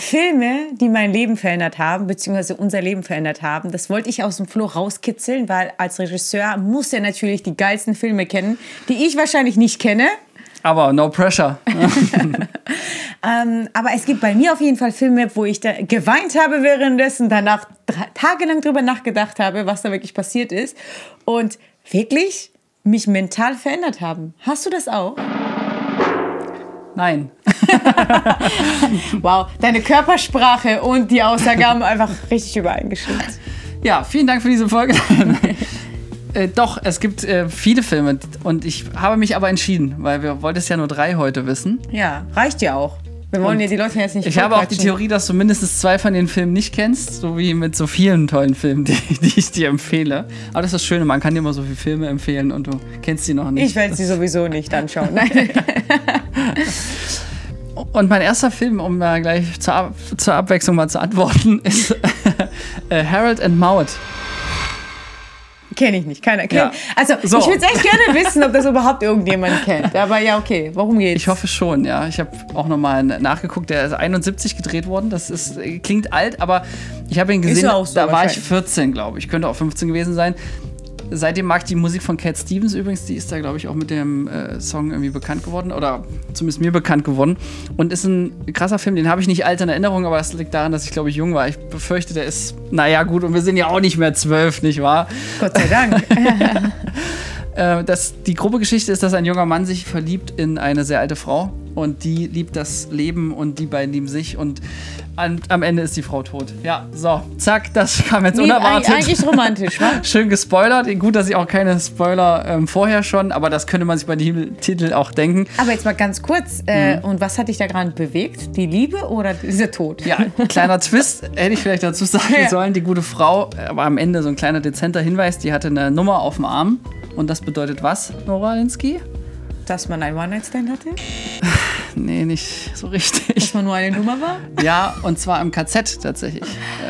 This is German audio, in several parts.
Filme, die mein Leben verändert haben, beziehungsweise unser Leben verändert haben, das wollte ich aus dem Flo rauskitzeln, weil als Regisseur muss er natürlich die geilsten Filme kennen, die ich wahrscheinlich nicht kenne. Aber no pressure. Aber es gibt bei mir auf jeden Fall Filme, wo ich da geweint habe währenddessen, danach tagelang drüber nachgedacht habe, was da wirklich passiert ist und wirklich mich mental verändert haben. Hast du das auch? Nein. Wow, deine Körpersprache und die Aussage haben einfach richtig übereingestimmt. Ja, vielen Dank für diese Folge. Doch, es gibt viele Filme und ich habe mich aber entschieden, weil wir wollten ja nur 3 heute wissen. Ja, reicht ja auch. Wir wollen ja die Leute jetzt nicht Ich habe auch die Theorie, dass du mindestens 2 von den Filmen nicht kennst, so wie mit so vielen tollen Filmen, die ich dir empfehle. Aber das ist das Schöne, man kann dir immer so viele Filme empfehlen und du kennst sie noch nicht. Ich werde sie sowieso nicht anschauen. Nein. Und mein erster Film, um da gleich zur Abwechslung mal zu antworten, ist Harold and Maude. Kenne ich nicht, keiner kennt. Ja. Also, So. Ich würde echt gerne wissen, ob das überhaupt irgendjemand kennt. Aber ja, okay, worum geht's? Ich hoffe schon, ja. Ich habe auch nochmal nachgeguckt, der ist 71 gedreht worden. Das klingt alt, aber ich habe ihn gesehen, Ist ja auch so, da war ich wahrscheinlich. 14, glaube ich. Könnte auch 15 gewesen sein. Seitdem mag ich die Musik von Cat Stevens übrigens, die ist da, glaube ich, auch mit dem Song irgendwie bekannt geworden oder zumindest mir bekannt geworden und ist ein krasser Film, den habe ich nicht alt in Erinnerung, aber das liegt daran, dass ich, glaube ich, jung war. Ich befürchte, der ist, naja, gut, und wir sind ja auch nicht mehr 12, nicht wahr? Gott sei Dank. Die grobe Geschichte ist, dass ein junger Mann sich verliebt in eine sehr alte Frau und die liebt das Leben und die beiden lieben sich und am Ende ist die Frau tot. Ja, so, zack, das kam jetzt unerwartet. Eigentlich romantisch, wa? Schön gespoilert. Gut, dass ich auch keine Spoiler vorher schon, aber das könnte man sich bei dem Titel auch denken. Aber jetzt mal ganz kurz, und was hat dich da gerade bewegt? Die Liebe oder dieser Tod? Ja, kleiner Twist, hätte ich vielleicht dazu sagen sollen. Die gute Frau, aber am Ende so ein kleiner dezenter Hinweis, die hatte eine Nummer auf dem Arm. Und das bedeutet was, Nora Linsky? Dass man einen One-Night-Stand hatte? Nee, nicht so richtig. Dass man nur eine Nummer war? Ja, und zwar im KZ tatsächlich.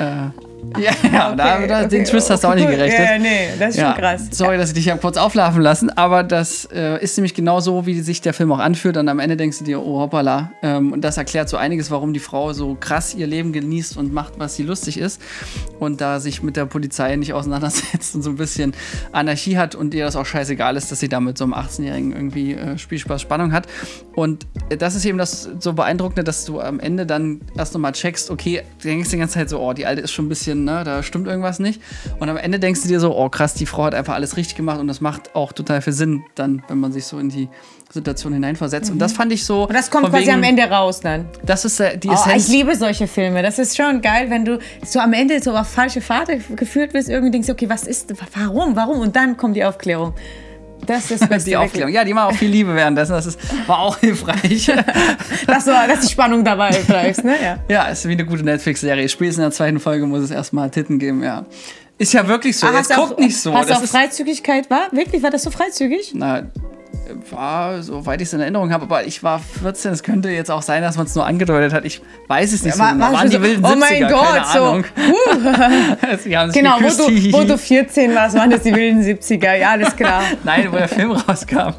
Ja, Okay, den Twist hast du auch nicht gerechnet. Ja, nee, das ist schon krass. Sorry, dass ich dich kurz auflaufen lassen, aber das ist nämlich genau so, wie sich der Film auch anfühlt. Und am Ende denkst du dir, oh hoppala. Und das erklärt so einiges, warum die Frau so krass ihr Leben genießt und macht, was sie lustig ist. Und da sich mit der Polizei nicht auseinandersetzt und so ein bisschen Anarchie hat und ihr das auch scheißegal ist, dass sie da mit so einem 18-Jährigen irgendwie Spielspaß, Spannung hat. Und das ist eben das so Beeindruckende, dass du am Ende dann erst nochmal checkst, okay, du denkst die ganze Zeit so, oh, die Alte ist schon ein bisschen, ne, da stimmt irgendwas nicht. Und am Ende denkst du dir so, oh krass, die Frau hat einfach alles richtig gemacht und das macht auch total viel Sinn, dann, wenn man sich so in die Situation hineinversetzt. Und das fand ich so. Und das kommt quasi am Ende raus dann. Das ist die Oh, Essenz. ich liebe solche Filme. Das ist schon geil, wenn du so am Ende so auf falsche Fahrt geführt wirst, irgendwie denkst, okay, was ist, warum? Und dann kommt die Aufklärung. Das ist das Beste. Die Aufklärung. Ja, die war auch viel Liebe währenddessen. War auch hilfreich. dass die Spannung dabei bleibt, ne? Ja. Ja, ist wie eine gute Netflix-Serie. Spätestens in der 2. Folge muss es erstmal Titten geben, ja. Ist ja wirklich so. Jetzt guckt nicht so. Hast du auch Freizügigkeit? Wirklich? War das so freizügig? Na, war, soweit ich es in Erinnerung habe, aber ich war 14, es könnte jetzt auch sein, dass man es nur angedeutet hat. Ich weiß es nicht so genau. Waren die wilden 70er, oh mein Gott, keine Ahnung. So. Sie haben sich Genau, geküsst, wo du 14 warst, waren das die wilden 70er. Ja, alles klar. Nein, wo der Film rauskam.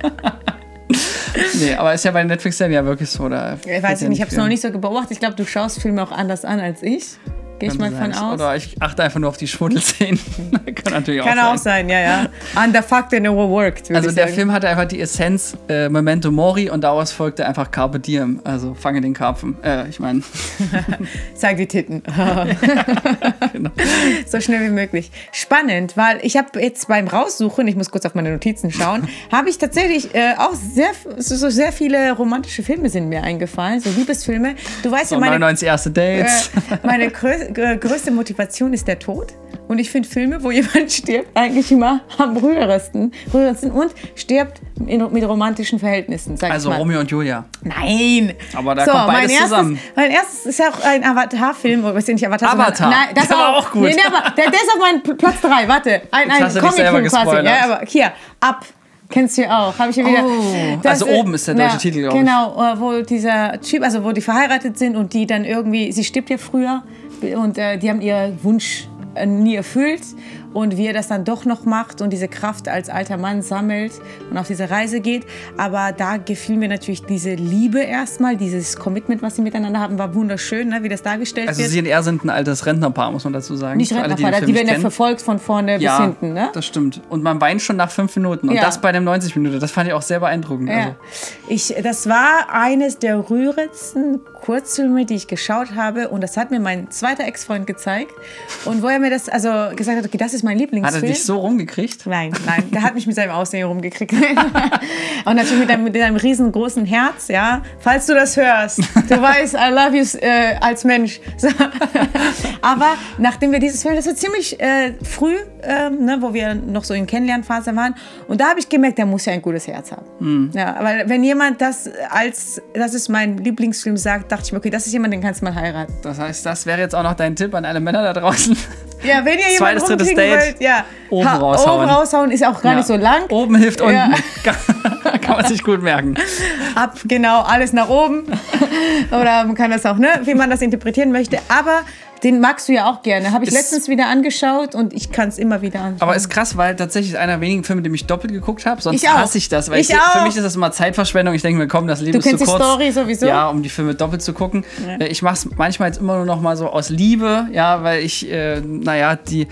Nee, aber ist ja bei Netflix ja wirklich so. Ich weiß nicht, ich habe es noch nicht so beobachtet. Ich glaube, du schaust Filme auch anders an als ich. Gehe ich mal von aus. Oder ich achte einfach nur auf die Schmuddelszenen. Kann natürlich Kann auch sein, ja. Underfucked and overworked. Also der Film hatte einfach die Essenz Memento Mori und daraus folgte einfach Carpe Diem. Also fange den Karpfen. Ich meine. Zeig die Titten. Genau. So schnell wie möglich. Spannend, weil ich habe jetzt beim Raussuchen, ich muss kurz auf meine Notizen schauen, habe ich tatsächlich auch sehr viele romantische Filme sind mir eingefallen, so Liebesfilme. Du weißt So, ja, 99 erste Dates. meine größte Motivation ist der Tod. Und ich finde Filme, wo jemand stirbt, eigentlich immer am rührendsten und stirbt mit romantischen Verhältnissen, sag Also ich mal. Romeo und Julia. Nein. Aber da kommt beides zusammen. Mein erstes ist ja auch ein Avatar-Film. Oder ist ja nicht Avatar. Avatar. Nein, das Der war auch gut. Nee, aber der ist auf meinem Platz 3. Warte. Ein hast du dich selber Comic-Film quasi. gespoilert. Ja, aber hier, Up. Kennst du ja auch. Habe ich ja wieder. Oh. Also oben ist der deutsche Titel, glaube ich. Genau, wo dieser Typ, also wo die verheiratet sind und die dann irgendwie, sie stirbt ja früher und die haben ihren Wunsch nie erfüllt und wie er das dann doch noch macht und diese Kraft als alter Mann sammelt und auf diese Reise geht. Aber da gefiel mir natürlich diese Liebe erstmal, dieses Commitment, was sie miteinander haben, war wunderschön, ne, wie das dargestellt wird. Also sie und er sind ein altes Rentnerpaar, muss man dazu sagen. Nicht Rentnerpaar, die werden ja verfolgt von vorne bis hinten. Ne? Das stimmt. Und man weint schon nach 5 Minuten. Und das bei dem 90 Minuten. Das fand ich auch sehr beeindruckend. Ja. Also. Das war eines der rührendsten Kurzfilme, die ich geschaut habe. Und das hat mir mein zweiter Ex-Freund gezeigt. Und wo er mir das gesagt hat, okay, das ist mein Lieblingsfilm. Hat er dich so rumgekriegt? Nein. Der hat mich mit seinem Aussehen rumgekriegt. Und natürlich mit einem riesengroßen Herz, ja. Falls du das hörst, du weißt, I love you als Mensch. So. Aber nachdem wir dieses Film, das war ziemlich früh, ne, wo wir noch so in Kennenlernphase waren. Und da habe ich gemerkt, der muss ja ein gutes Herz haben. Ja, weil wenn jemand das ist mein Lieblingsfilm sagt, dachte ich mir, okay, das ist jemand, den kannst du mal heiraten. Das heißt, das wäre jetzt auch noch dein Tipp an alle Männer da draußen. Ja, wenn ihr jemanden rumkriegen wollt, ja. Oben raushauen. Oben raushauen ist auch gar nicht so lang. Oben hilft unten. Ja. Kann man sich gut merken. Genau, alles nach oben. Oder man kann das auch, ne, wie man das interpretieren möchte. Aber den magst du ja auch gerne. Habe ich letztens wieder angeschaut und ich kann es immer wieder anschauen. Aber ist krass, weil tatsächlich einer der wenigen Filme, die ich doppelt geguckt habe. Sonst hasse ich das. Weil für mich ist das immer Zeitverschwendung. Ich denke mir, komm, das Leben ist zu kurz. Du kennst die Story sowieso? Ja, um die Filme doppelt zu gucken. Ja. Ich mache es manchmal jetzt immer nur noch mal so aus Liebe. Ja, weil ich, die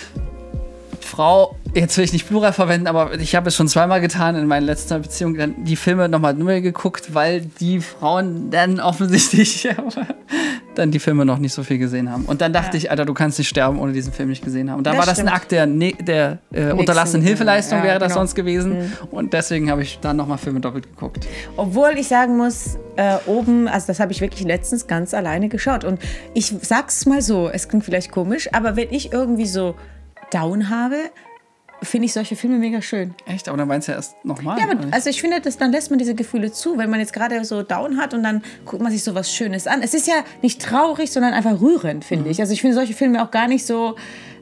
Frau, jetzt will ich nicht Plural verwenden, aber ich habe es schon zweimal getan in meiner letzten Beziehung, dann die Filme nochmal neu geguckt, weil die Frauen dann offensichtlich dann die Filme noch nicht so viel gesehen haben. Und dann dachte ich, Alter, du kannst nicht sterben, ohne diesen Film nicht gesehen haben. Und dann war das ein Akt der unterlassenen Hilfeleistung, wäre das sonst gewesen. Und deswegen habe ich dann nochmal Filme doppelt geguckt. Obwohl ich sagen muss, oben, also das habe ich wirklich letztens ganz alleine geschaut. Und ich sag's mal so, es klingt vielleicht komisch, aber wenn ich irgendwie so down habe, finde ich solche Filme mega schön. Echt? Aber dann meinst du ja erst nochmal? Ja, aber also ich finde, dann lässt man diese Gefühle zu, wenn man jetzt gerade so down hat und dann guckt man sich so was Schönes an. Es ist ja nicht traurig, sondern einfach rührend, finde ich. Also ich finde solche Filme auch gar nicht so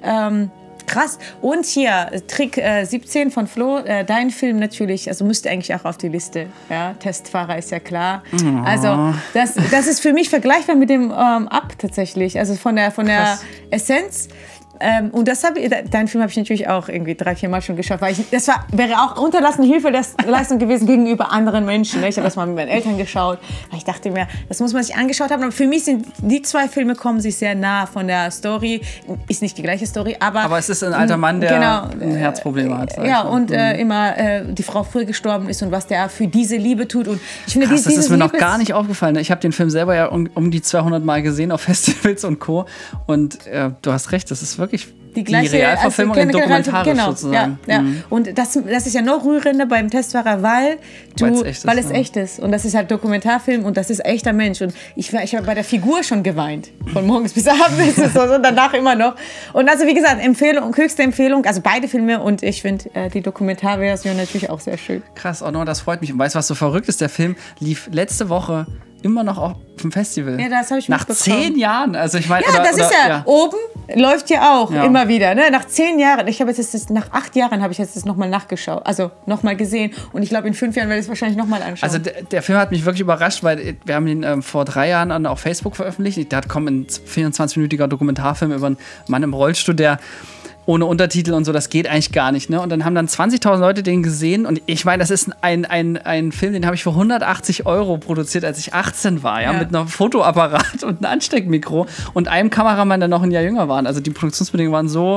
krass. Und hier, Trick 17 von Flo, dein Film natürlich, also müsste eigentlich auch auf die Liste. Ja, Testfahrer ist ja klar. Oh. Also das ist für mich vergleichbar mit dem Up tatsächlich. Also von der Essenz. Und deinen Film habe ich natürlich auch irgendwie 3-4 Mal schon geschaut, weil wäre auch unterlassene Hilfeleistung gewesen gegenüber anderen Menschen. Ne? Ich habe das mal mit meinen Eltern geschaut, weil ich dachte mir, das muss man sich angeschaut haben. Aber für mich sind die 2 Filme kommen sich sehr nah von der Story. Ist nicht die gleiche Story, aber es ist ein alter Mann, der ein Herzproblem hat. Ja, und immer die Frau früh gestorben ist und was der für diese Liebe tut. Und ich finde, das ist mir noch gar nicht aufgefallen. Ich habe den Film selber ja um die 200 Mal gesehen auf Festivals und Co. Und du hast recht, das ist wirklich die Realverfilmung in dokumentarisch sozusagen. Ja. Und das ist ja noch rührender beim Testfahrer, weil es echt ist. Und das ist halt Dokumentarfilm und das ist echter Mensch. Und ich habe bei der Figur schon geweint. Von morgens bis abends ist es so und danach immer noch. Und also wie gesagt, höchste Empfehlung, also beide Filme und ich finde die Dokumentarversion natürlich auch sehr schön. Krass, Orno, das freut mich. Und weißt du, was so verrückt ist? Der Film lief letzte Woche immer noch auf dem Festival. Ja, das habe ich nach 10 Jahren. Also ich meine, oben läuft ja auch immer wieder. Ne? Nach 10 Jahren. Ich habe jetzt nach 8 Jahren habe ich jetzt das nochmal nachgeschaut, also nochmal gesehen. Und ich glaube, in 5 Jahren werde ich es wahrscheinlich nochmal anschauen. Also der Film hat mich wirklich überrascht, weil wir haben ihn vor 3 Jahren auf Facebook veröffentlicht. Da kommt ein 24-minütiger Dokumentarfilm über einen Mann im Rollstuhl, der ohne Untertitel und so, das geht eigentlich gar nicht. Ne? Und dann haben dann 20.000 Leute den gesehen. Und ich meine, das ist ein Film, den habe ich für 180 € produziert, als ich 18 war. Ja? Mit einem Fotoapparat und einem Ansteckmikro und einem Kameramann, der noch ein Jahr jünger war. Also die Produktionsbedingungen waren so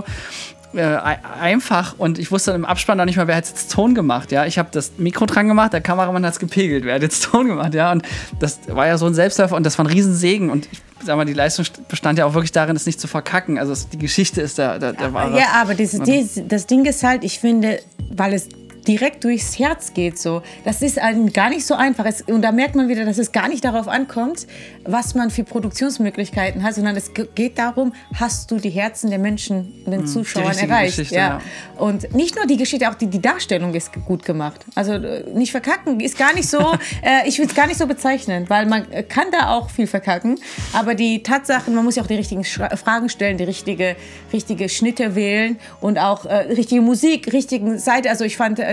einfach und ich wusste dann im Abspann noch nicht mal, wer hat jetzt Ton gemacht, ja. Ich habe das Mikro dran gemacht, der Kameramann hat es gepegelt, wer hat jetzt Ton gemacht, ja. Und das war ja so ein Selbstläufer und das war ein Riesensegen und ich sag mal, die Leistung bestand ja auch wirklich darin, es nicht zu verkacken. Also die Geschichte ist der wahre. Ja, aber das Ding ist halt, ich finde, weil es direkt durchs Herz geht so. Das ist gar nicht so einfach. Und da merkt man wieder, dass es gar nicht darauf ankommt, was man für Produktionsmöglichkeiten hat, sondern es geht darum, hast du die Herzen der Menschen, den Zuschauern erreicht. Ja. Und nicht nur die Geschichte, auch die Darstellung ist gut gemacht. Also nicht verkacken ist gar nicht so, ich will es gar nicht so bezeichnen, weil man kann da auch viel verkacken, aber die Tatsachen, man muss ja auch die richtigen Fragen stellen, die richtige Schnitte wählen und auch richtige Musik, richtigen Seite. Also ich fand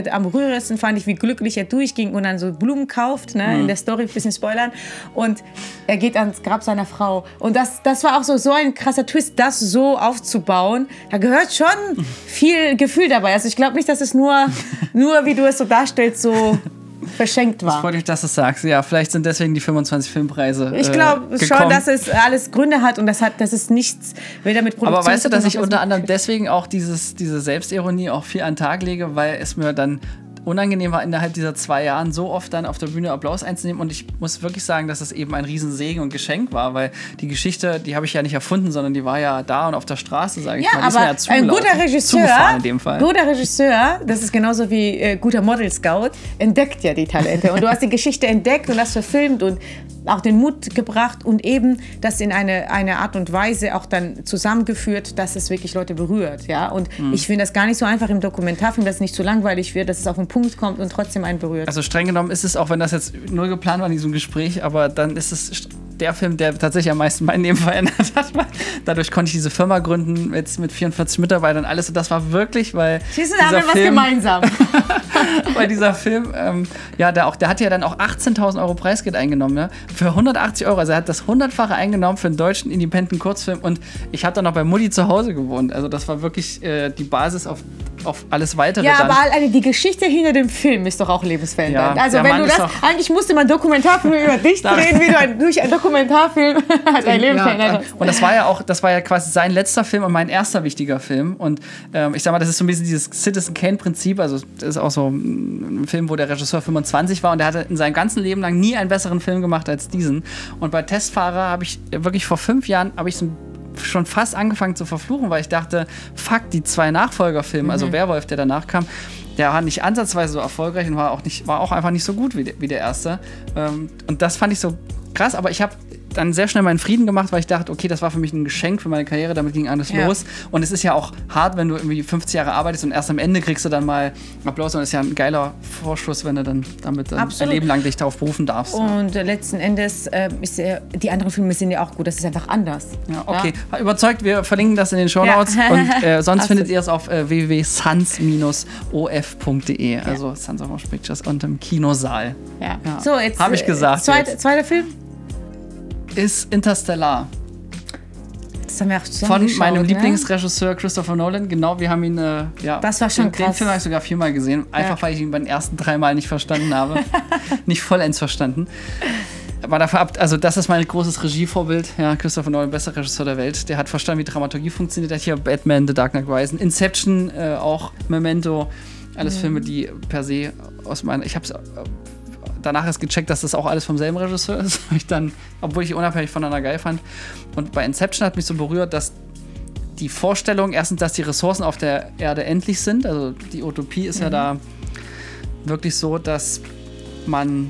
am rührendsten fand ich, wie glücklich er durchging und dann so Blumen kauft, ne, in der Story, ein bisschen spoilern. Und er geht ans Grab seiner Frau. Und das war auch so ein krasser Twist, das so aufzubauen. Da gehört schon viel Gefühl dabei. Also ich glaube nicht, dass es nur wie du es so darstellst, so verschenkt war. Ich freue mich, dass du es sagst. Ja, vielleicht sind deswegen die 25 Filmpreise Ich glaube schon, dass es alles Gründe hat und das ist nichts, weder mit Produktion. Aber weißt du, dass ich unter anderem deswegen auch diese Selbstironie auch viel an den Tag lege, weil es mir dann unangenehm war, innerhalb dieser 2 Jahren so oft dann auf der Bühne Applaus einzunehmen. Und ich muss wirklich sagen, dass es eben ein Riesensegen und Geschenk war, weil die Geschichte, die habe ich ja nicht erfunden, sondern die war ja da und auf der Straße, sage ich mal. Die aber ist mir ein guter Regisseur, in dem Fall. Guter Regisseur, das ist genauso wie guter Model-Scout, entdeckt ja die Talente. Und du hast die Geschichte entdeckt und das verfilmt und auch den Mut gebracht und eben das in eine Art und Weise auch dann zusammengeführt, dass es wirklich Leute berührt. Ja? Und ich finde das gar nicht so einfach im Dokumentarfilm, dass es nicht zu langweilig wird, dass es auf den Punkt kommt und trotzdem einen berührt. Also streng genommen ist es, auch wenn das jetzt nur geplant war in diesem Gespräch, aber dann ist es der Film, der tatsächlich am meisten mein Leben verändert hat. Dadurch konnte ich diese Firma gründen, jetzt mit 44 Mitarbeitern und alles. Und das war wirklich, weil Siehst du, da haben wir was gemeinsam. Weil dieser Film, der hat ja dann auch 18.000 Euro Preisgeld eingenommen, ne? Für 180 Euro. Also er hat das 100-fache eingenommen für einen deutschen Independent-Kurzfilm. Und ich habe dann noch bei Mutti zu Hause gewohnt. Also das war wirklich die Basis auf alles Weitere. Ja, dann. aber die Geschichte hinter dem Film ist doch auch lebensverändernd. Ja, also wenn du das, eigentlich musste man Dokumentarfilm über dich drehen, wie du durch einen Dokumentarfilm dein Leben verändert hast. Und das war ja quasi sein letzter Film und mein erster wichtiger Film. Und ich sag mal, das ist so ein bisschen dieses Citizen Kane-Prinzip. Also das ist auch so ein Film, wo der Regisseur 25 war und der hatte in seinem ganzen Leben lang nie einen besseren Film gemacht als diesen. Und bei Testfahrer habe ich wirklich vor 5 Jahren schon fast angefangen zu verfluchen, weil ich dachte, fuck, die 2 Nachfolgerfilme, also Werwolf, der danach kam, der war nicht ansatzweise so erfolgreich und war auch einfach nicht so gut wie der erste. Und das fand ich so krass, aber ich habe dann sehr schnell meinen Frieden gemacht, weil ich dachte, okay, das war für mich ein Geschenk für meine Karriere, damit ging alles los. Und es ist ja auch hart, wenn du irgendwie 50 Jahre arbeitest und erst am Ende kriegst du dann mal Applaus. Und das ist ja ein geiler Vorschuss, wenn du dann damit ein Leben lang dich darauf berufen darfst. Und letzten Endes die anderen Filme sind ja auch gut, das ist einfach anders. Ja, okay. Ja? Überzeugt, wir verlinken das in den Shownotes. Ja. Und sonst findet ihr es auf www.sans-of.de, also Sons of Motion Pictures und im Kinosaal. Ja. So, jetzt habe ich gesagt. Zweiter Film? Ist Interstellar. Das haben wir auch von meinem Lieblingsregisseur Christopher Nolan. Genau, wir haben ihn, das war schon krass. Den Film habe ich sogar 4-mal gesehen. Einfach, weil ich ihn bei den ersten 3 Mal nicht verstanden habe. Nicht vollends verstanden. Aber dafür also das ist mein großes Regievorbild. Ja, Christopher Nolan, bester Regisseur der Welt. Der hat verstanden, wie Dramaturgie funktioniert. Der hat hier Batman, The Dark Knight Rises, Inception, auch Memento. Alles Filme, die per se ich habe es danach erst gecheckt, dass das auch alles vom selben Regisseur ist, obwohl ich die unabhängig voneinander geil fand. Und bei Inception hat mich so berührt, dass die Vorstellung, erstens, dass die Ressourcen auf der Erde endlich sind, also die Utopie ist ja da wirklich so, dass man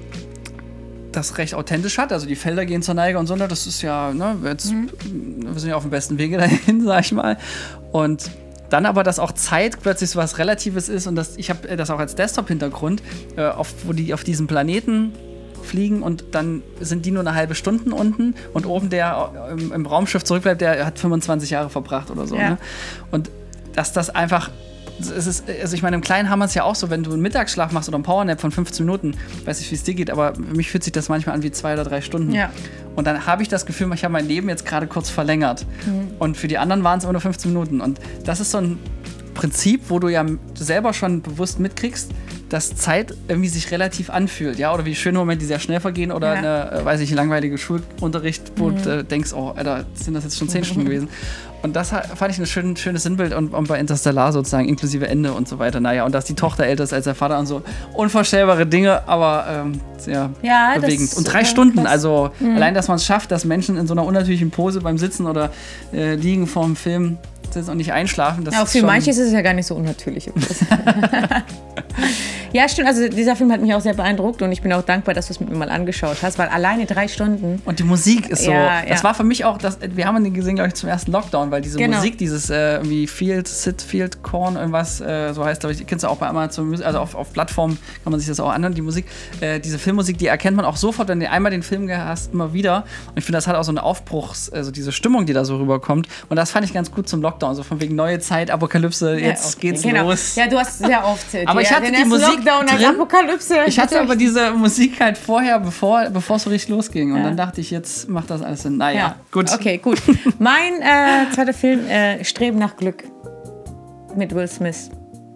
das recht authentisch hat, also die Felder gehen zur Neige und so, das ist ja, wir sind ja auf dem besten Wege dahin, sag ich mal. Und dann aber, dass auch Zeit plötzlich so was Relatives ist und ich habe das auch als Desktop-Hintergrund, wo die auf diesem Planeten fliegen und dann sind die nur eine halbe Stunde unten und oben der im Raumschiff zurückbleibt, der hat 25 Jahre verbracht oder so. Ja. Ne? Und dass das einfach, also ich meine, im Kleinen haben wir es ja auch so, wenn du einen Mittagsschlaf machst oder einen Powernap von 15 Minuten, weiß nicht, wie es dir geht, aber für mich fühlt sich das manchmal an wie 2 oder 3 Stunden. Ja. Und dann habe ich das Gefühl, ich habe mein Leben jetzt gerade kurz verlängert. Und für die anderen waren es immer nur 15 Minuten. Und das ist so ein Prinzip, wo du ja selber schon bewusst mitkriegst, dass Zeit irgendwie sich relativ anfühlt, ja, oder wie schöne Momente, die sehr schnell vergehen oder eine, langweilige Schulunterricht, wo du denkst, oh, Alter, sind das jetzt schon 10 Stunden gewesen. Und das fand ich ein schönes Sinnbild und bei Interstellar sozusagen, inklusive Ende und so weiter. Naja, und dass die Tochter älter ist als der Vater und so. Unvorstellbare Dinge, aber sehr bewegend. Und 3 Stunden, also allein, dass man es schafft, dass Menschen in so einer unnatürlichen Pose beim Sitzen oder Liegen vorm Film sitzen und nicht einschlafen. Das auch für manche ist es ja gar nicht so unnatürlich. Ja, stimmt. Also dieser Film hat mich auch sehr beeindruckt und ich bin auch dankbar, dass du es mit mir mal angeschaut hast, weil alleine 3 Stunden. Und die Musik ist so. Ja, das war für mich auch, wir haben den gesehen, glaube ich, zum ersten Lockdown, weil diese Genau. Musik, dieses irgendwie Field Corn, irgendwas, so heißt, glaube ich, kennst du auch bei Amazon Music, also auf Plattformen kann man sich das auch anhören, die Musik. Diese Filmmusik, die erkennt man auch sofort, wenn du einmal den Film hast, immer wieder. Und ich finde, das hat auch so eine also diese Stimmung, die da so rüberkommt. Und das fand ich ganz gut zum Lockdown, so von wegen neue Zeit, Apokalypse, jetzt geht's los. Ja, du hast sehr oft. Aber ich hatte die Musik Lockdown als drin. Apokalypse. Ich hatte aber diese Musik halt vorher, bevor es so richtig losging. Und dann dachte ich, jetzt macht das alles Sinn. Naja, gut. Okay, gut. Mein zweiter Film, Streben nach Glück. Mit Will Smith.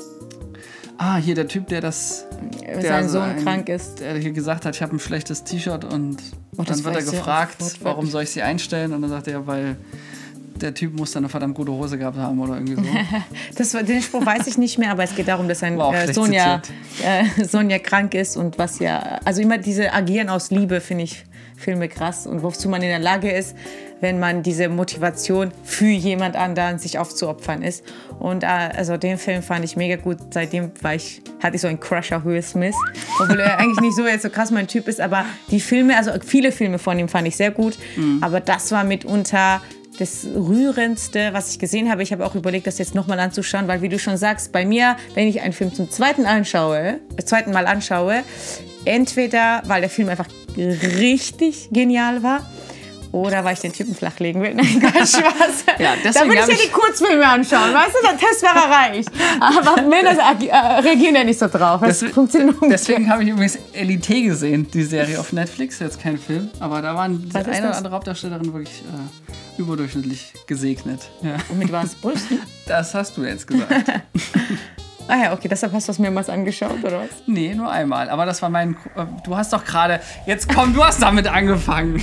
Ah, hier der Typ, der Sein Sohn krank ist. Der hier gesagt hat, ich habe ein schlechtes T-Shirt und dann das wird er weiß ich gefragt, auch warum soll ich sie einstellen? Und dann sagt er, weil der Typ muss dann eine verdammt gute Hose gehabt haben oder irgendwie so. Den Spruch weiß ich nicht mehr, aber es geht darum, dass sein Sohn ja krank ist und was ja, also immer diese Agieren aus Liebe finde ich Filme krass und wozu man in der Lage ist, wenn man diese Motivation für jemand anderen sich aufzuopfern ist. Und also den Film fand ich mega gut. Seitdem hatte ich so einen Crush auf Will Smith, obwohl er eigentlich nicht so jetzt so krass mein Typ ist, aber die Filme, also viele Filme von ihm fand ich sehr gut, aber das war mitunter das Rührendste, was ich gesehen habe. Ich habe auch überlegt, das jetzt nochmal anzuschauen, weil wie du schon sagst, bei mir, wenn ich einen Film zum zweiten Mal anschaue, entweder, weil der Film einfach richtig genial war, oder weil ich den Typen flachlegen will. Nein, Gott, Spaß. Ja, da würde ich ja die Kurzfilme anschauen, weißt du, der Test wäre erreicht. Aber Männer reagieren ja nicht so drauf. Deswegen habe ich übrigens Elite gesehen, die Serie auf Netflix, jetzt kein Film, aber da waren die eine oder andere Hauptdarstellerin wirklich überdurchschnittlich gesegnet. Ja. Und mit was? Brüsten? Das hast du jetzt gesagt. Ah ja, okay, deshalb hast du es mehrmals angeschaut, oder was? Nee, nur einmal. Aber das war du hast doch gerade... Jetzt komm, du hast damit angefangen.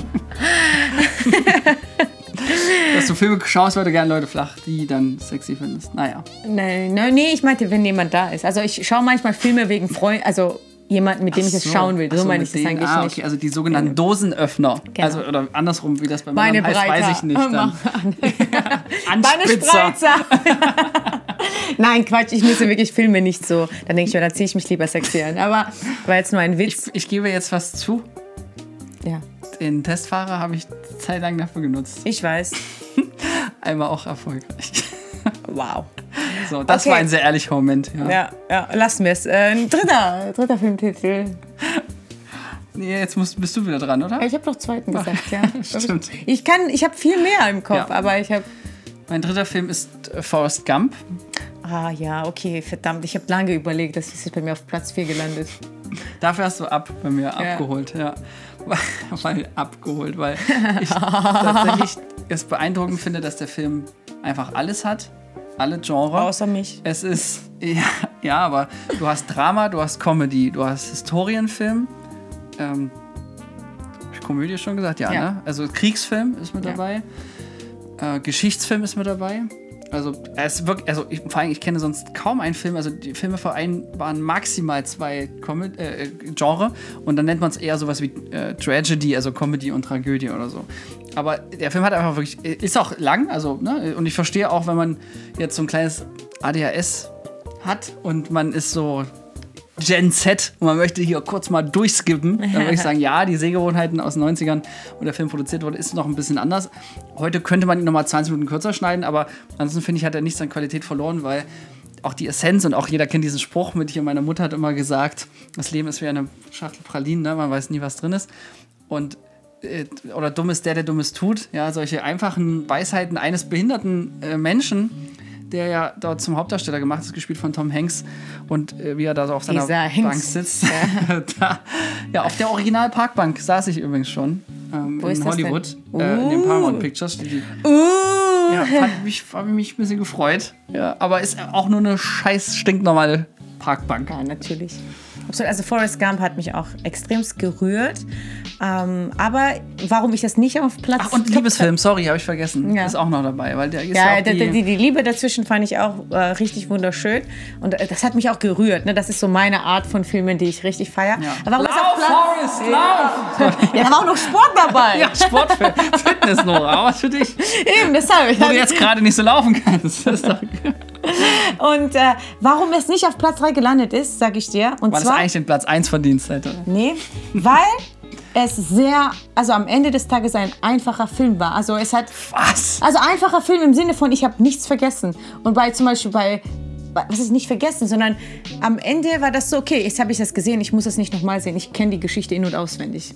Dass du Filme schaust, weil du gerne Leute flach, die dann sexy findest. Naja. Nee, ich meinte, wenn jemand da ist. Also ich schaue manchmal Filme wegen Freunden, also jemanden, mit dem ich es schauen will. So meine ich das eigentlich nicht. Okay, also die sogenannten Dosenöffner. Genau. Also, oder andersrum, wie das bei Meine Männern heißt, weiß ich nicht. Dann. Meine Spreizer. Nein, Quatsch, ich nutze wirklich Filme nicht so. Dann denke ich mir, da ziehe ich mich lieber sexy an. Aber war jetzt nur ein Witz. Ich gebe jetzt was zu. Ja. Den Testfahrer habe ich zeitlang dafür genutzt. Ich weiß. Einmal auch erfolgreich. Wow. So, das war ein sehr ehrlicher Moment. Ja, lassen wir es. Dritter Filmtitel. Nee, jetzt bist du wieder dran, oder? Ich habe doch zweiten gesagt, ja. Stimmt. Ich habe viel mehr im Kopf, aber ich habe... Mein dritter Film ist Forrest Gump. Ah ja, okay, verdammt. Ich habe lange überlegt, das ist bei mir auf Platz 4 gelandet. Dafür hast du bei mir abgeholt, ja. Weil ich tatsächlich es beeindruckend finde, dass der Film einfach alles hat. Alle Genres. Außer mich. Es ist, ja, aber du hast Drama, du hast Comedy, du hast Historienfilm. Hab ich Komödie schon gesagt? Ja, ne? Also Kriegsfilm ist mit dabei. Geschichtsfilm ist mit dabei. Also, vor allem, ich kenne sonst kaum einen Film. Also, die Filme waren maximal 2 Genre. Und dann nennt man es eher sowas wie Tragedy, also Comedy und Tragödie oder so. Aber der Film hat einfach wirklich, ist auch lang, also, ne? Und ich verstehe auch, wenn man jetzt so ein kleines ADHS hat und man ist so Gen Z und man möchte hier kurz mal durchskippen, dann würde ich sagen, ja, die Sehgewohnheiten aus den 90ern, wo der Film produziert wurde, ist noch ein bisschen anders. Heute könnte man ihn noch mal 20 Minuten kürzer schneiden, aber ansonsten finde ich, hat er nichts an Qualität verloren, weil auch die Essenz und auch jeder kennt diesen Spruch mit hier, meine Mutter hat immer gesagt, das Leben ist wie eine Schachtel Pralinen, ne? Man weiß nie, was drin ist. Und oder dumm ist der Dummes tut, ja, solche einfachen Weisheiten eines behinderten Menschen, der ja dort zum Hauptdarsteller gemacht ist, gespielt von Tom Hanks. Und wie er da so auf seiner Bank sitzt. Ja, auf der Original-Parkbank saß ich übrigens schon. In Hollywood. In den Paramount Pictures. Ja, hab mich ein bisschen gefreut. Ja, aber ist auch nur eine scheiß stinknormale Parkbank. Ja, natürlich. Also Forrest Gump hat mich auch extremst gerührt. Aber warum ich das nicht auf Platz... Ach, und Liebesfilm, sorry, habe ich vergessen. Ja. Ist auch noch dabei. Weil der ist die Liebe dazwischen fand ich auch richtig wunderschön. Und das hat mich auch gerührt. Ne? Das ist so meine Art von Filmen, die ich richtig feiere. Ja. Lauf, Forrest, lauf! Ja, da war auch noch Sport dabei. Ja, Sportfilm. Fitness, Nora, was für dich? Eben, deshalb. Wo du jetzt gerade nicht so laufen kannst. Das ist doch Und warum es nicht auf Platz 3 gelandet ist, sage ich dir. Und weil zwar, es eigentlich den Platz 1 verdient hätte. Nee, weil es am Ende des Tages ein einfacher Film war. Also es hat... Was? Also einfacher Film im Sinne von, ich habe nichts vergessen. Und zum Beispiel bei was ist nicht vergessen, sondern am Ende war das so, okay, jetzt habe ich das gesehen, ich muss das nicht nochmal sehen. Ich kenne die Geschichte in- und auswendig.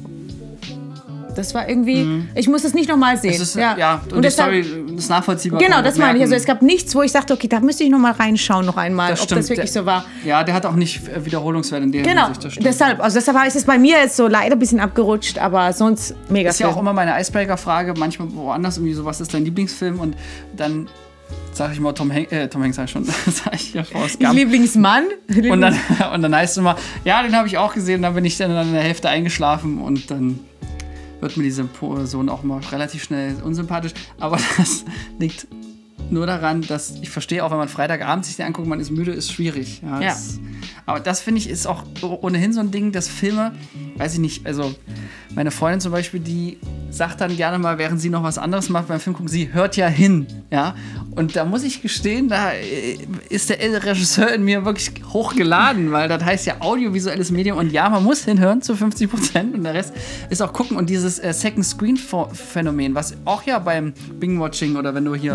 Das war irgendwie, ich muss es nicht nochmal sehen. Ist, und die Story ist nachvollziehbar. Genau, das meine ich. Also es gab nichts, wo ich dachte, okay, da müsste ich nochmal reinschauen noch einmal, das ob das wirklich so war. Ja, der hat auch nicht Wiederholungswert in der Hinsicht. Genau, deshalb ist es bei mir jetzt so leider ein bisschen abgerutscht, aber sonst mega. Das ist ja auch immer meine Icebreaker-Frage, manchmal woanders irgendwie so, was ist dein Lieblingsfilm? Und dann sag ich mal Tom Hanks sag ich schon, sag ich ja Forrest Gump. Lieblingsmann. Und dann heißt es immer, ja, den habe ich auch gesehen, und dann bin ich dann in der Hälfte eingeschlafen und dann wird mir diese Person auch mal relativ schnell unsympathisch. Aber das liegt nur daran, dass ich verstehe, auch wenn man Freitagabend sich den anguckt, man ist müde, ist schwierig. Ja. Aber das, finde ich, ist auch ohnehin so ein Ding, dass Filme, weiß ich nicht, also meine Freundin zum Beispiel, die sagt dann gerne mal, während sie noch was anderes macht beim Film gucken, sie hört ja hin, ja. Und da muss ich gestehen, da ist der Regisseur in mir wirklich hochgeladen, weil das heißt ja audiovisuelles Medium und ja, man muss hinhören zu 50% und der Rest ist auch gucken. Und dieses Second-Screen-Phänomen, was auch ja beim Bing-Watching oder wenn du hier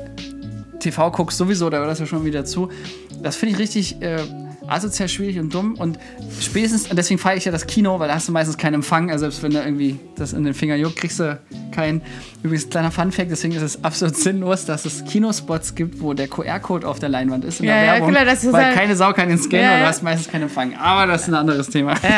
TV guckst sowieso, da hört das ja schon wieder zu, das finde ich richtig asozial, schwierig und dumm und spätestens, deswegen feiere ich ja das Kino, weil da hast du meistens keinen Empfang, also selbst wenn da irgendwie das in den Finger juckt, kriegst du keinen. Übrigens, kleiner Funfact, deswegen ist es absolut sinnlos, dass es Kinospots gibt, wo der QR-Code auf der Leinwand ist in der Werbung, klar, das ist weil halt keine Sau kann den scannen und du hast meistens keinen Empfang, aber das ist ein anderes Thema. Ja.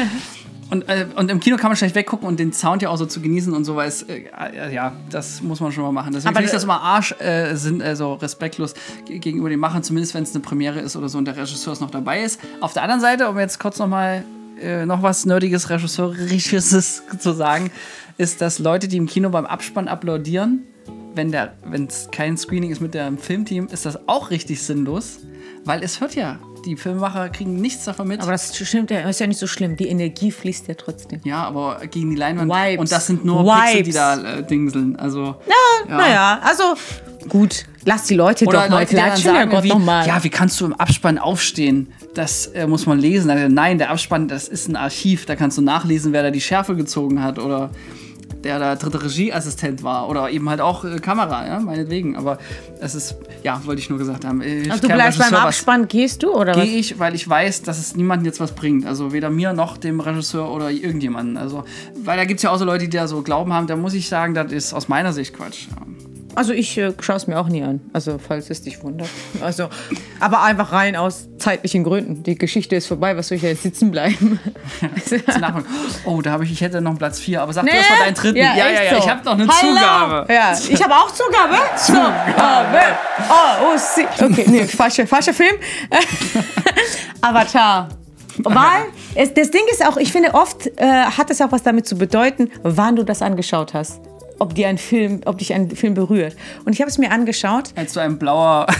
Und im Kino kann man schlecht weggucken und den Sound ja auch so zu genießen und so, weil es, das muss man schon mal machen. Deswegen finde ich das immer also respektlos gegenüber den Machern, zumindest wenn es eine Premiere ist oder so und der Regisseur noch dabei ist. Auf der anderen Seite, um jetzt kurz noch mal noch was Nerdiges, Regisseurisches zu sagen, ist, dass Leute, die im Kino beim Abspann applaudieren, wenn es kein Screening ist mit dem Filmteam, ist das auch richtig sinnlos, weil es hört ja. Die Filmemacher kriegen nichts davon mit. Aber das stimmt ja, ist ja nicht so schlimm. Die Energie fließt ja trotzdem. Ja, aber gegen die Leinwand. Vibes. Und das sind nur Pixel, die da dingseln. Also, naja, also gut. Lass die Leute oder doch mal Leute, die dann klatschen. sagen, wie kannst du im Abspann aufstehen? Das muss man lesen. Also, nein, der Abspann, das ist ein Archiv. Da kannst du nachlesen, wer da die Schärfe gezogen hat oder der da dritte Regieassistent war oder eben halt auch Kamera, ja, meinetwegen. Aber es ist, wollte ich nur gesagt haben. Also du bleibst beim Abspann, gehst du, oder was? Gehe ich, weil ich weiß, dass es niemandem jetzt was bringt. Also weder mir noch dem Regisseur oder irgendjemanden. Also, weil da gibt es ja auch so Leute, die da so Glauben haben, da muss ich sagen, das ist aus meiner Sicht Quatsch. Ja. Also ich schaue es mir auch nie an, also falls es dich wundert. Also, aber einfach rein aus zeitlichen Gründen. Die Geschichte ist vorbei, was soll ich da jetzt sitzen bleiben? Oh, ich hätte noch einen Platz 4, aber sag du, das war dein dritten. Ja, so. Ich habe noch eine Zugabe. Ja, ich habe auch Zugabe. Zugabe. Okay, falscher Film. Avatar. Weil, das Ding ist auch, ich finde oft hat es auch was damit zu bedeuten, wann du das angeschaut hast. Ob dich ein Film berührt. Und ich habe es mir angeschaut. Als du ein blaues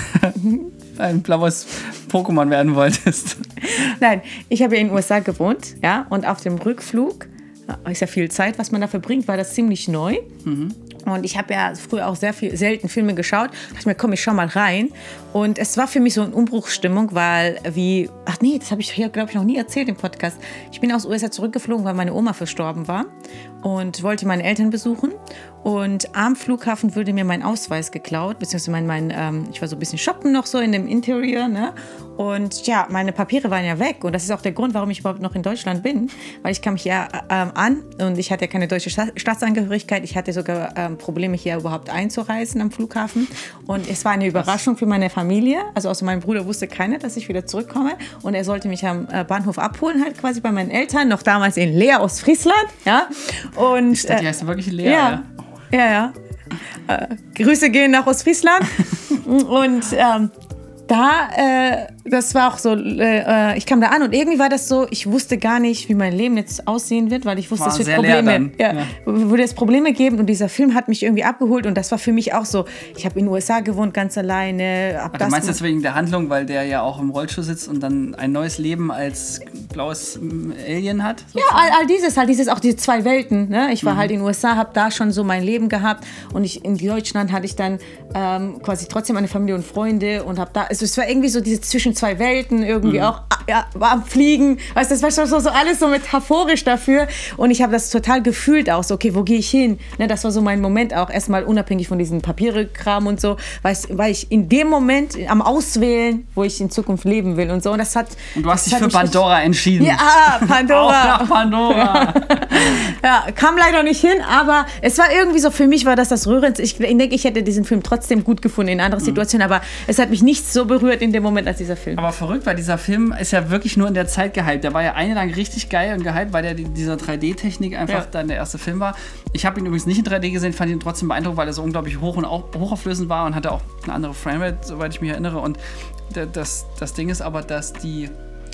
Pokémon werden wolltest. Nein, ich habe ja in den USA gewohnt, ja, und auf dem Rückflug, ist ja viel Zeit, was man da verbringt, war das ziemlich neu. Und ich habe ja früher auch selten Filme geschaut. Da dachte ich mir, komm, ich schau mal rein. Und es war für mich so eine Umbruchsstimmung, weil das habe ich hier, glaube ich, noch nie erzählt im Podcast. Ich bin aus USA zurückgeflogen, weil meine Oma verstorben war und wollte meine Eltern besuchen. Und am Flughafen wurde mir mein Ausweis geklaut, beziehungsweise ich war so ein bisschen shoppen noch so in dem Interior, ne? Und ja, meine Papiere waren ja weg. Und das ist auch der Grund, warum ich überhaupt noch in Deutschland bin, weil ich kam hier an und ich hatte ja keine deutsche Staatsangehörigkeit. Ich hatte sogar Probleme, hier überhaupt einzureisen am Flughafen. Und es war eine Überraschung für meine Familie. Also außer meinem Bruder wusste keiner, dass ich wieder zurückkomme. Und er sollte mich am Bahnhof abholen, halt quasi bei meinen Eltern, noch damals in Leer, Ostfriesland. Ja? Und, die Stadt, die heißt wirklich Leer, ja. Grüße gehen nach Ostfriesland. Und das war auch so, ich kam da an und irgendwie war das so, ich wusste gar nicht, wie mein Leben jetzt aussehen wird, weil ich wusste, es wird würde es Probleme geben und dieser Film hat mich irgendwie abgeholt und das war für mich auch so, ich habe in den USA gewohnt, ganz alleine. Du meinst jetzt wegen der Handlung, weil der ja auch im Rollstuhl sitzt und dann ein neues Leben als blaues Alien hat? Sozusagen? Ja, all dieses, auch diese zwei Welten. Ne? Ich war halt in den USA, habe da schon so mein Leben gehabt und in Deutschland hatte ich dann quasi trotzdem eine Familie und Freunde und habe da, Also es war irgendwie so diese zwischen zwei Welten, irgendwie auch war am Fliegen. Also das war schon so alles so metaphorisch dafür. Und ich habe das total gefühlt auch so, okay, wo gehe ich hin? Ne, das war so mein Moment auch, erstmal unabhängig von diesem Papierkram und so, weil ich in dem Moment am Auswählen, wo ich in Zukunft leben will und so. Und du hast dich für Pandora entschieden. Ja, Pandora. Auch nach Pandora. Ja, kam leider nicht hin, aber es war irgendwie so, für mich war das Rührendste. Ich denke, ich hätte diesen Film trotzdem gut gefunden in anderen Situationen, aber es hat mich nicht so berührt in dem Moment als dieser Film. Aber verrückt, weil dieser Film ist ja wirklich nur in der Zeit gehypt. Der war ja eine lang richtig geil und gehypt, weil der dieser 3D-Technik einfach dann der erste Film war. Ich habe ihn übrigens nicht in 3D gesehen, fand ihn trotzdem beeindruckend, weil er so unglaublich hochauflösend war und hatte auch eine andere Framerate, soweit ich mich erinnere. Und das Ding ist aber, dass die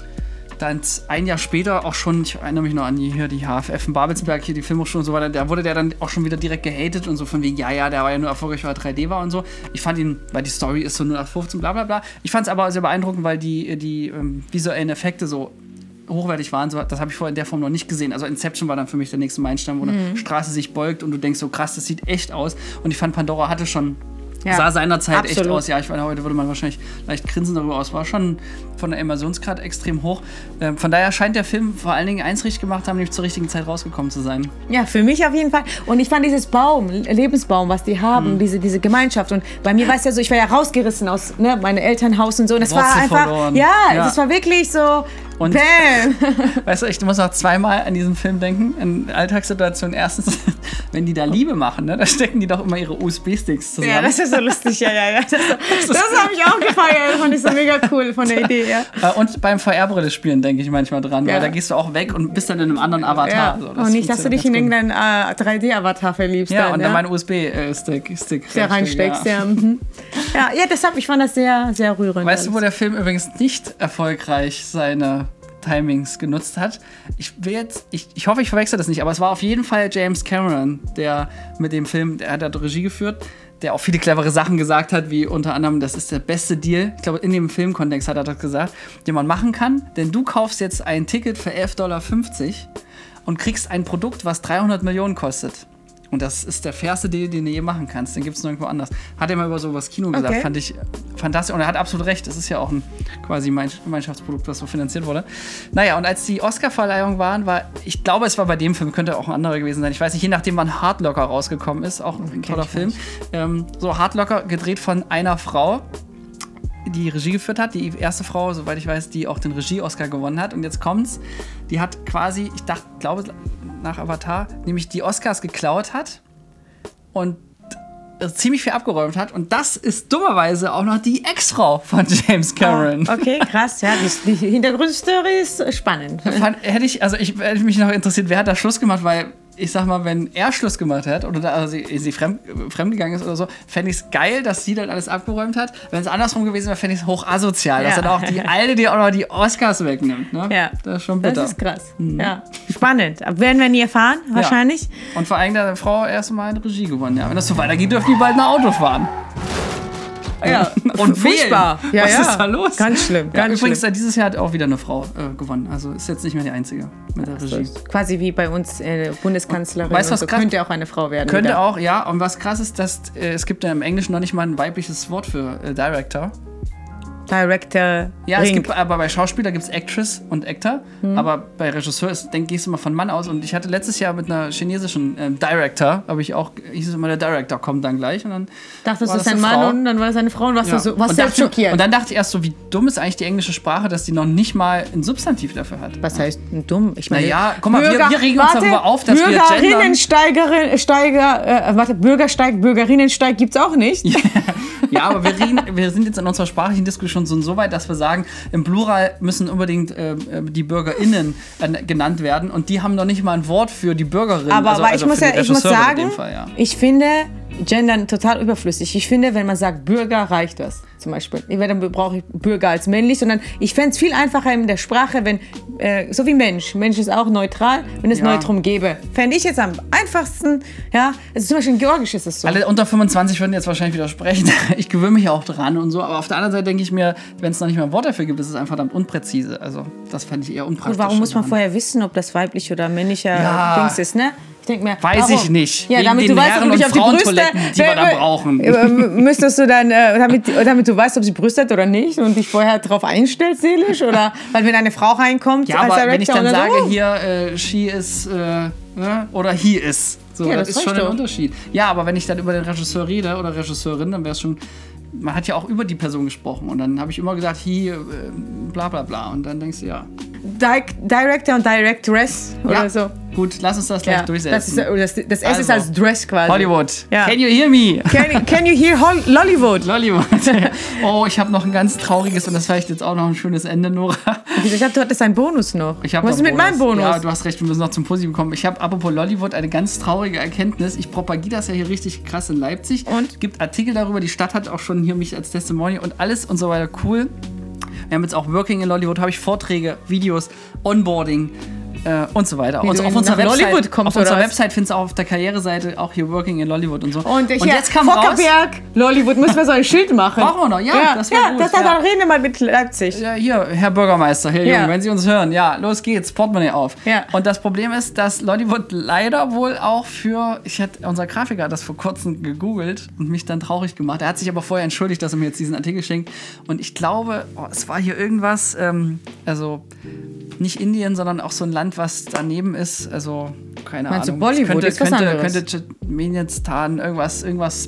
dann ein Jahr später auch schon, ich erinnere mich noch an die HFF in Babelsberg, hier die Filmhochschule und so weiter, da wurde der dann auch schon wieder direkt gehatet und so von wegen, ja, der war ja nur erfolgreich, weil er 3D war und so. Ich fand ihn, weil die Story ist so 0815, bla bla bla. Ich fand es aber sehr beeindruckend, weil die visuellen Effekte so hochwertig waren, so, das habe ich vorher in der Form noch nicht gesehen. Also Inception war dann für mich der nächste Meilenstein, wo eine Straße sich beugt und du denkst so, krass, das sieht echt aus. Und ich fand, Pandora hatte schon sah seinerzeit echt aus. Ja, ich meine, heute würde man wahrscheinlich leicht grinsen darüber aus. War schon von der Immersionsgrad extrem hoch. Von daher scheint der Film vor allen Dingen eins richtig gemacht haben, nämlich zur richtigen Zeit rausgekommen zu sein. Ja, für mich auf jeden Fall. Und ich fand dieses Lebensbaum, was die haben, diese Gemeinschaft. Und bei mir war es ja so, ich war ja rausgerissen aus meinem Elternhaus und so. Und das war einfach, verloren. Das war wirklich so. Und weißt du, ich muss auch zweimal an diesen Film denken, in Alltagssituationen. Erstens, wenn die da Liebe machen, ne, da stecken die doch immer ihre USB-Sticks zusammen. Ja, das ist so lustig, ja. Das habe ich auch gefeiert, das fand ich so mega cool von der Idee, ja. Und beim VR-Brille spielen denke ich manchmal dran, weil da gehst du auch weg und bist dann in einem anderen Avatar. Ja. So, und nicht, dass du dich in irgendeinen 3D-Avatar verliebst. Ja, dann meinen USB-Stick reinsteckst. Ja, deshalb, ich fand das sehr, sehr rührend. Weißt du, wo der Film übrigens nicht erfolgreich seine Timings genutzt hat? Ich hoffe, ich verwechsel das nicht, aber es war auf jeden Fall James Cameron, der mit dem Film, der hat Regie geführt, der auch viele clevere Sachen gesagt hat, wie unter anderem, das ist der beste Deal, ich glaube, in dem Filmkontext hat er das gesagt, den man machen kann, denn du kaufst jetzt ein Ticket für $11,50 und kriegst ein Produkt, was 300 Millionen kostet. Und das ist der fairste Deal, den du je machen kannst. Den gibt es nirgendwo anders. Hat er mal über sowas Kino gesagt, fand ich fantastisch. Und er hat absolut recht. Das ist ja auch ein quasi Gemeinschaftsprodukt, was so finanziert wurde. Naja, und als die Oscar-Verleihung ich glaube, es war bei dem Film, könnte auch ein anderer gewesen sein. Ich weiß nicht, je nachdem, wann Hard Locker rausgekommen ist. Auch ein toller Film. So Hard Locker, gedreht von einer Frau, die Regie geführt hat, die erste Frau, soweit ich weiß, die auch den Regie-Oscar gewonnen hat. Und jetzt kommt's, die hat quasi, glaube nach Avatar, nämlich die Oscars geklaut hat und ziemlich viel abgeräumt hat. Und das ist dummerweise auch noch die Ex-Frau von James Cameron. Oh, okay, krass. Ja, die Hintergrundstory ist spannend. Hätte mich noch interessiert, wer hat da Schluss gemacht, weil ich sag mal, wenn er Schluss gemacht hat oder sie fremdgegangen ist oder so, fände ich es geil, dass sie dann alles abgeräumt hat. Wenn es andersrum gewesen wäre, fände ich es hoch asozial, dass dann auch die Alte, die auch noch die Oscars wegnimmt. Ne? Ja, das ist schon bitter. Das ist krass. Ja, spannend. Werden wir nie erfahren, wahrscheinlich. Ja. Und vor allem der Frau erst mal eine Regie gewonnen. Ja. Wenn das so weitergeht, dürfen die bald ein Auto fahren. Ja, und furchtbar. Ja, was ist da los? Ganz schlimm. Übrigens, dieses Jahr hat auch wieder eine Frau gewonnen. Also ist jetzt nicht mehr die Einzige mit der Regie. Quasi wie bei uns Bundeskanzlerin. Weißt du, was krass? Könnte auch eine Frau werden. Könnte wieder. Auch, ja. Und was krass ist, dass es gibt ja im Englischen noch nicht mal ein weibliches Wort für Director. Director. Ja, es gibt, aber bei Schauspieler gibt es Actress und Actor, aber bei Regisseur gehst du immer von Mann aus. Und ich hatte letztes Jahr mit einer chinesischen Director, hieß es immer, der Director kommt dann gleich. Und dann dachtest du, es ist ein Mann Frau. Und dann war es eine Frau und warst selbst schockiert. Und dann dachte ich erst so, wie dumm ist eigentlich die englische Sprache, dass die noch nicht mal ein Substantiv dafür hat. Was heißt dumm? Ich meine, naja, guck mal, wir regen uns darüber auf, dass wir Bürgerinnensteig gibt's auch nicht. Ja, aber wir sind jetzt in unserer sprachlichen Diskussion so weit, dass wir sagen, im Plural müssen unbedingt die BürgerInnen genannt werden und die haben noch nicht mal ein Wort für die Bürgerin. Aber ich muss sagen, ich finde Gendern total überflüssig. Ich finde, wenn man sagt Bürger, reicht das. Zum Beispiel. Dann brauche ich Bürger als männlich, sondern ich fände es viel einfacher in der Sprache, wenn, so wie Mensch. Mensch ist auch neutral, wenn es Neutrum gäbe. Fände ich jetzt am einfachsten, ja. Also zum Beispiel in Georgisch ist es so. Alle unter 25 würden jetzt wahrscheinlich widersprechen. Ich gewöhne mich auch dran und so. Aber auf der anderen Seite denke ich mir, wenn es noch nicht mal ein Wort dafür gibt, ist es einfach dann unpräzise. Also das fände ich eher unpraktisch. Und warum muss man vorher wissen, ob das weiblich oder männlicher Dings ist, ne? Ich denke mir, Weiß ich nicht. Ja, Wegen damit den du weißt, ob Herren- du dich und auf die Brüste... Frauentoiletten, die wir da brauchen. Müsstest du dann, damit du weißt, ob sie Brüste hat oder nicht und dich vorher darauf einstellst, seelisch? Oder, weil wenn eine Frau reinkommt Ja, als aber wenn ich Director dann oder sage, so, hier, she is, oder he is. So, Ja, das das ist schon reicht ein doch. Unterschied. Ja, aber wenn ich dann über den Regisseur rede oder Regisseurin, dann wäre es schon... Man hat ja auch über die Person gesprochen und dann habe ich immer gesagt, he, bla bla bla. Und dann denkst du, ja. Director und Directress oder Ja, so. gut, lass uns das gleich durchsetzen. Das S ist Also, als Dress quasi. Hollywood. Ja. Can you hear me? Can you hear Lollywood? Lollywood. Oh, ich habe noch ein ganz trauriges und das vielleicht jetzt auch noch ein schönes Ende, Nora. Ich dachte, du hattest einen Bonus noch. Ich hab Was ist noch mit meinem Bonus? Ja, du hast recht, wir müssen noch zum Positiven kommen. Ich habe apropos Lollywood eine ganz traurige Erkenntnis. Ich propagiere das ja hier richtig krass in Leipzig. Und? Gibt Artikel darüber, die Stadt hat auch schon hier mich als Testimonial und alles und so weiter. Cool. Wir haben jetzt auch Working in Lollywood, habe ich Vorträge, Videos, Onboarding und so weiter. Wie Also du auf unserer nach Website, Lollywood kommst, auf unserer oder was? Website findest du auch auf der Karriereseite auch hier Working in Lollywood und so. Und hier, jetzt kam raus, Fockerberg, Lollywood, müssen wir so ein Schild machen. brauchen wir noch, ja, das wäre gut. Dann reden wir mal mit Leipzig. Ja, hier, Herr Bürgermeister, Herr Ja. Jung, wenn Sie uns hören, ja, los geht's, Portemonnaie auf. Ja. Und das Problem ist, dass Lollywood leider wohl auch unser Grafiker hat das vor kurzem gegoogelt und mich dann traurig gemacht. Er hat sich aber vorher entschuldigt, dass er mir jetzt diesen Artikel schenkt. Und ich glaube, es war hier irgendwas, also nicht Indien, sondern auch so ein Land, was daneben ist, also keine Meinst du Ahnung. Bollywood? Ist was anderes? Könnte Turkmenistan, irgendwas.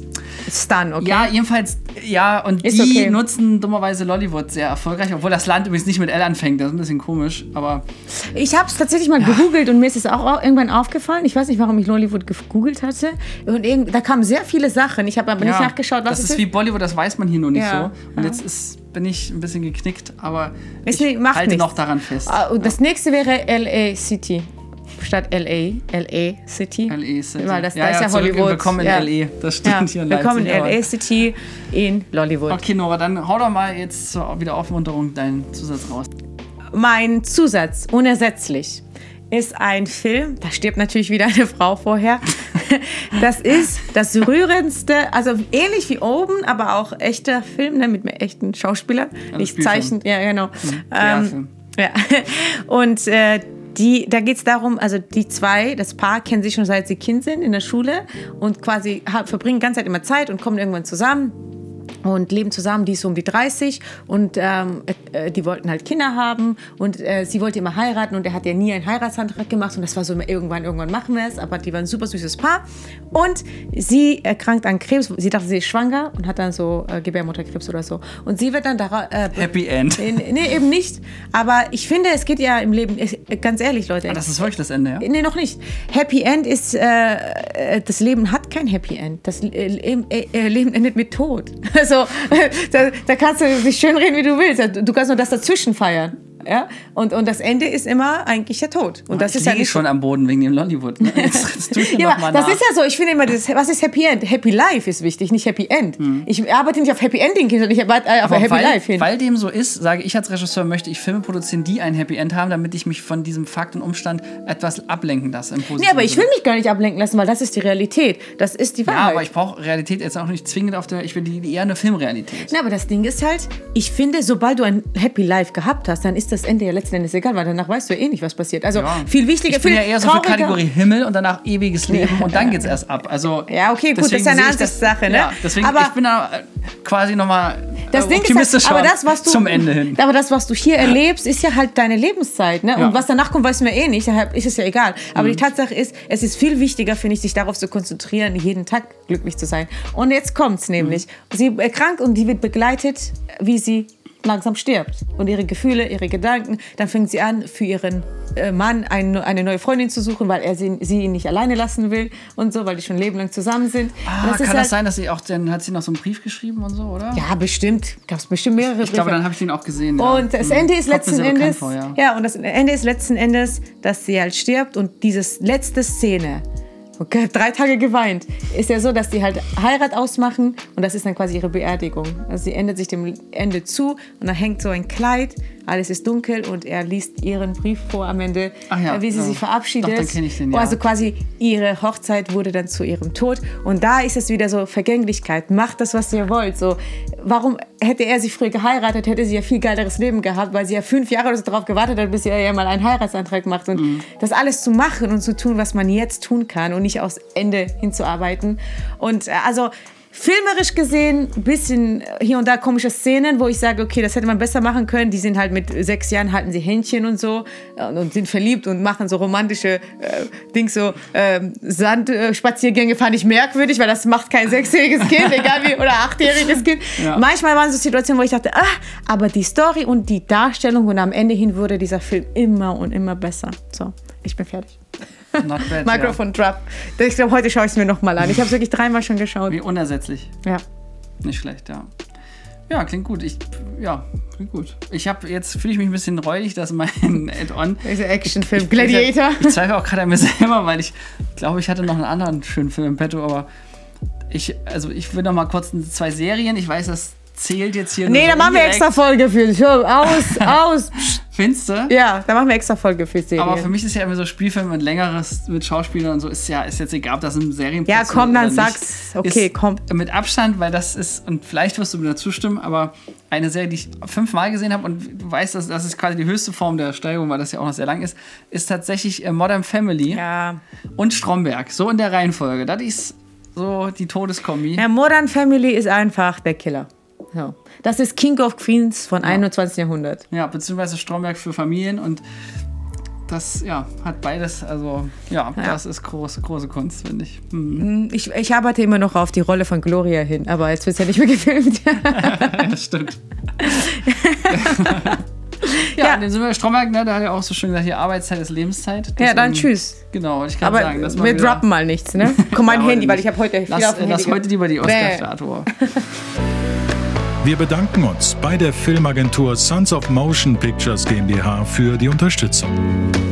Stan, okay. Ja, jedenfalls, ja, und Ist die okay. nutzen dummerweise Lollywood sehr erfolgreich, obwohl das Land übrigens nicht mit L anfängt, das ist ein bisschen komisch, aber Ich habe es tatsächlich mal gegoogelt und mir ist es auch irgendwann aufgefallen. Ich weiß nicht, warum ich Lollywood gegoogelt hatte. Und da kamen sehr viele Sachen. Ich habe aber nicht nachgeschaut, was das es ist wie Bollywood, das weiß man hier nur nicht Ja, so. Und ja. jetzt bin ich ein bisschen geknickt, aber Ist ich nicht- macht halte nichts. noch daran fest. Und das nächste wäre LA City. Statt LA City. LA City. Weil da ist ja zurück Hollywood. Willkommen in Ja. LA, das steht Ja, hier in willkommen in Leipzig. aber- LA City in Lollywood. Okay, Nora, dann hau doch mal jetzt zur Wiederaufmunterung deinen Zusatz raus. Mein Zusatz, unersetzlich, ist ein Film, da stirbt natürlich wieder eine Frau vorher. Das ist das rührendste, also ähnlich wie oben, aber auch echter Film, ne, mit echten Schauspielern. Nicht Spielfilm. Zeichen, ja genau. Film. Ja. Und da geht es darum, also die zwei, das Paar kennen sich schon seit sie Kind sind in der Schule und quasi verbringen die ganze Zeit immer Zeit und kommen irgendwann zusammen. Und leben zusammen, die ist so um die 30 und die wollten halt Kinder haben und sie wollte immer heiraten und er hat ja nie einen Heiratsantrag gemacht und das war so immer irgendwann machen wir es, aber die waren ein super süßes Paar und sie erkrankt an Krebs, sie dachte, sie ist schwanger und hat dann so Gebärmutterkrebs oder so und sie wird dann Happy End. nee, eben nicht, aber ich finde, es geht ja im Leben, ganz ehrlich, Leute. Das ist wirklich das Ende, ja? Nee, noch nicht. Happy End ist, das Leben hat kein Happy End. Das Leben endet mit Tod. Also, da kannst du dich schön reden, wie du willst. Du kannst nur das dazwischen feiern. Ja? Und das Ende ist immer eigentlich der Tod. Und das ich ist ja liege nicht schon am Boden wegen dem Lollywood. Ne? Jetzt tue ich mir ja, noch mal das nach. ist ja so. Ich finde immer, was ist Happy End? Happy Life ist wichtig, nicht Happy End. Ich arbeite nicht auf Happy Ending hin, sondern ich arbeite auf Aber Happy Life hin. Weil dem so ist, sage ich als Regisseur, möchte ich Filme produzieren, die ein Happy End haben, damit ich mich von diesem Fakt und Umstand etwas ablenken lasse. Im Nee, positiven aber ich will Sinne. mich gar nicht ablenken lassen, weil das ist die Realität. Das ist die Ja, Wahrheit. aber ich brauche Realität jetzt auch nicht zwingend ich will eher eine Filmrealität. Na, aber das Ding ist halt, ich finde, sobald du ein Happy Life gehabt hast, dann ist das Ende ja letzten Endes egal, weil danach weißt du ja eh nicht, was passiert. Also Ja. viel wichtiger, Ich bin viel ja eher so für trauriger. Kategorie Himmel und danach ewiges Leben und dann geht's erst ab. Also Ja, okay, gut, das deswegen ist eine sehe ich Ansichtssache, ne? Ja, deswegen, Aber- ich bin da quasi nochmal Das Ding ist optimistischer halt, aber das, was du, zum Ende hin. Aber das, was du hier erlebst, ist ja halt deine Lebenszeit. Ne? Ja. Und was danach kommt, weißt du eh nicht. Daher ist es ja egal. Aber die Tatsache ist, es ist viel wichtiger, finde ich, sich darauf zu konzentrieren, jeden Tag glücklich zu sein. Und jetzt kommt's nämlich. Sie erkrankt und die wird begleitet, wie sie langsam stirbt. Und ihre Gefühle, ihre Gedanken, dann fängt sie an, für ihren Mann eine neue Freundin zu suchen, weil er sie ihn nicht alleine lassen will und so, weil die schon ein Leben lang zusammen sind. Und ist Kann halt, das sein, dass sie auch, dann hat sie noch so einen Brief geschrieben und so, oder? Ja, bestimmt. Gab es bestimmt mehrere Ich glaube, Briefe. dann habe ich den auch gesehen. Ja. Und das Ende ist Kommt mir letzten sehr bekannt Endes, vor, ja. ja, und das Ende ist letzten Endes, dass sie halt stirbt und dieses letzte Szene, okay, 3 Tage geweint, ist ja so, dass die halt Heirat ausmachen und das ist dann quasi ihre Beerdigung. Also sie endet sich dem Ende zu und dann hängt so ein Kleid alles ist dunkel und er liest ihren Brief vor am Ende, wie sie sich verabschiedet. Doch, dann kenn ich den, ja. Also quasi ihre Hochzeit wurde dann zu ihrem Tod und da ist es wieder so Vergänglichkeit. Macht das, was ihr wollt. So, warum hätte er sie früher geheiratet, hätte sie ja viel geileres Leben gehabt, weil sie ja 5 Jahre oder so darauf gewartet hat, bis er ja mal einen Heiratsantrag macht. Und das alles zu machen und zu tun, was man jetzt tun kann und nicht aufs Ende hinzuarbeiten. Und also filmerisch gesehen, ein bisschen hier und da komische Szenen, wo ich sage, okay, das hätte man besser machen können. Die sind halt mit 6 Jahren, halten sie Händchen und so und sind verliebt und machen so romantische Sandspaziergänge, fand ich merkwürdig, weil das macht kein 6-jähriges Kind, egal wie, oder 8-jähriges Kind. Ja. Manchmal waren so Situationen, wo ich dachte, aber die Story und die Darstellung und am Ende hin wurde dieser Film immer und immer besser. So, ich bin fertig. Not bad, Microphone Drop. Ich glaube, heute schaue ich es mir nochmal an. Ich habe es wirklich 3-mal schon geschaut. Wie unersetzlich. Ja. Nicht schlecht, ja. Ja, klingt gut. Klingt gut. Jetzt fühle ich mich ein bisschen räudig, dass mein Add-on... Dieser Actionfilm, Gladiator. Ich zweifle auch gerade an mir selber, weil ich glaube, ich hatte noch einen anderen schönen Film im Petto, aber ich will noch mal kurz 2 Serien. Ich weiß, das zählt jetzt hier. Nee, da machen wir extra Folge für. Aus. Findest du? Ja, da machen wir extra Folge für Serien. Aber für mich ist ja immer so Spielfilm und längeres mit Schauspielern und so, ist jetzt egal, ob das ein Serienplatz ist. Ja, komm, dann sag's. Okay, komm. Mit Abstand, weil das ist, und vielleicht wirst du mir dazu stimmen, aber eine Serie, die ich 5-mal gesehen habe und du weißt, das ist quasi die höchste Form der Steigerung, weil das ja auch noch sehr lang ist tatsächlich Modern Family und Stromberg. So in der Reihenfolge. Das ist so die Todeskombi. Ja, Modern Family ist einfach der Killer. Ja. Das ist King of Queens von 21. Jahrhundert. Ja, beziehungsweise Stromberg für Familien und das hat beides, das ist große Kunst, finde ich. Ich arbeite immer noch auf die Rolle von Gloria hin, aber jetzt wird es ja nicht mehr gefilmt. Ja, stimmt. Dann sind wir Stromberg, ne, da hat er auch so schön gesagt, hier Arbeitszeit ist Lebenszeit. Ja, dann tschüss. Genau, ich kann aber sagen. Das wir droppen mal nichts, ne? Komm, mein Handy, weil ich habe heute viel auf dem Handy. Lass heute lieber die Oscar-Statue. Wir bedanken uns bei der Filmagentur Sons of Motion Pictures GmbH für die Unterstützung.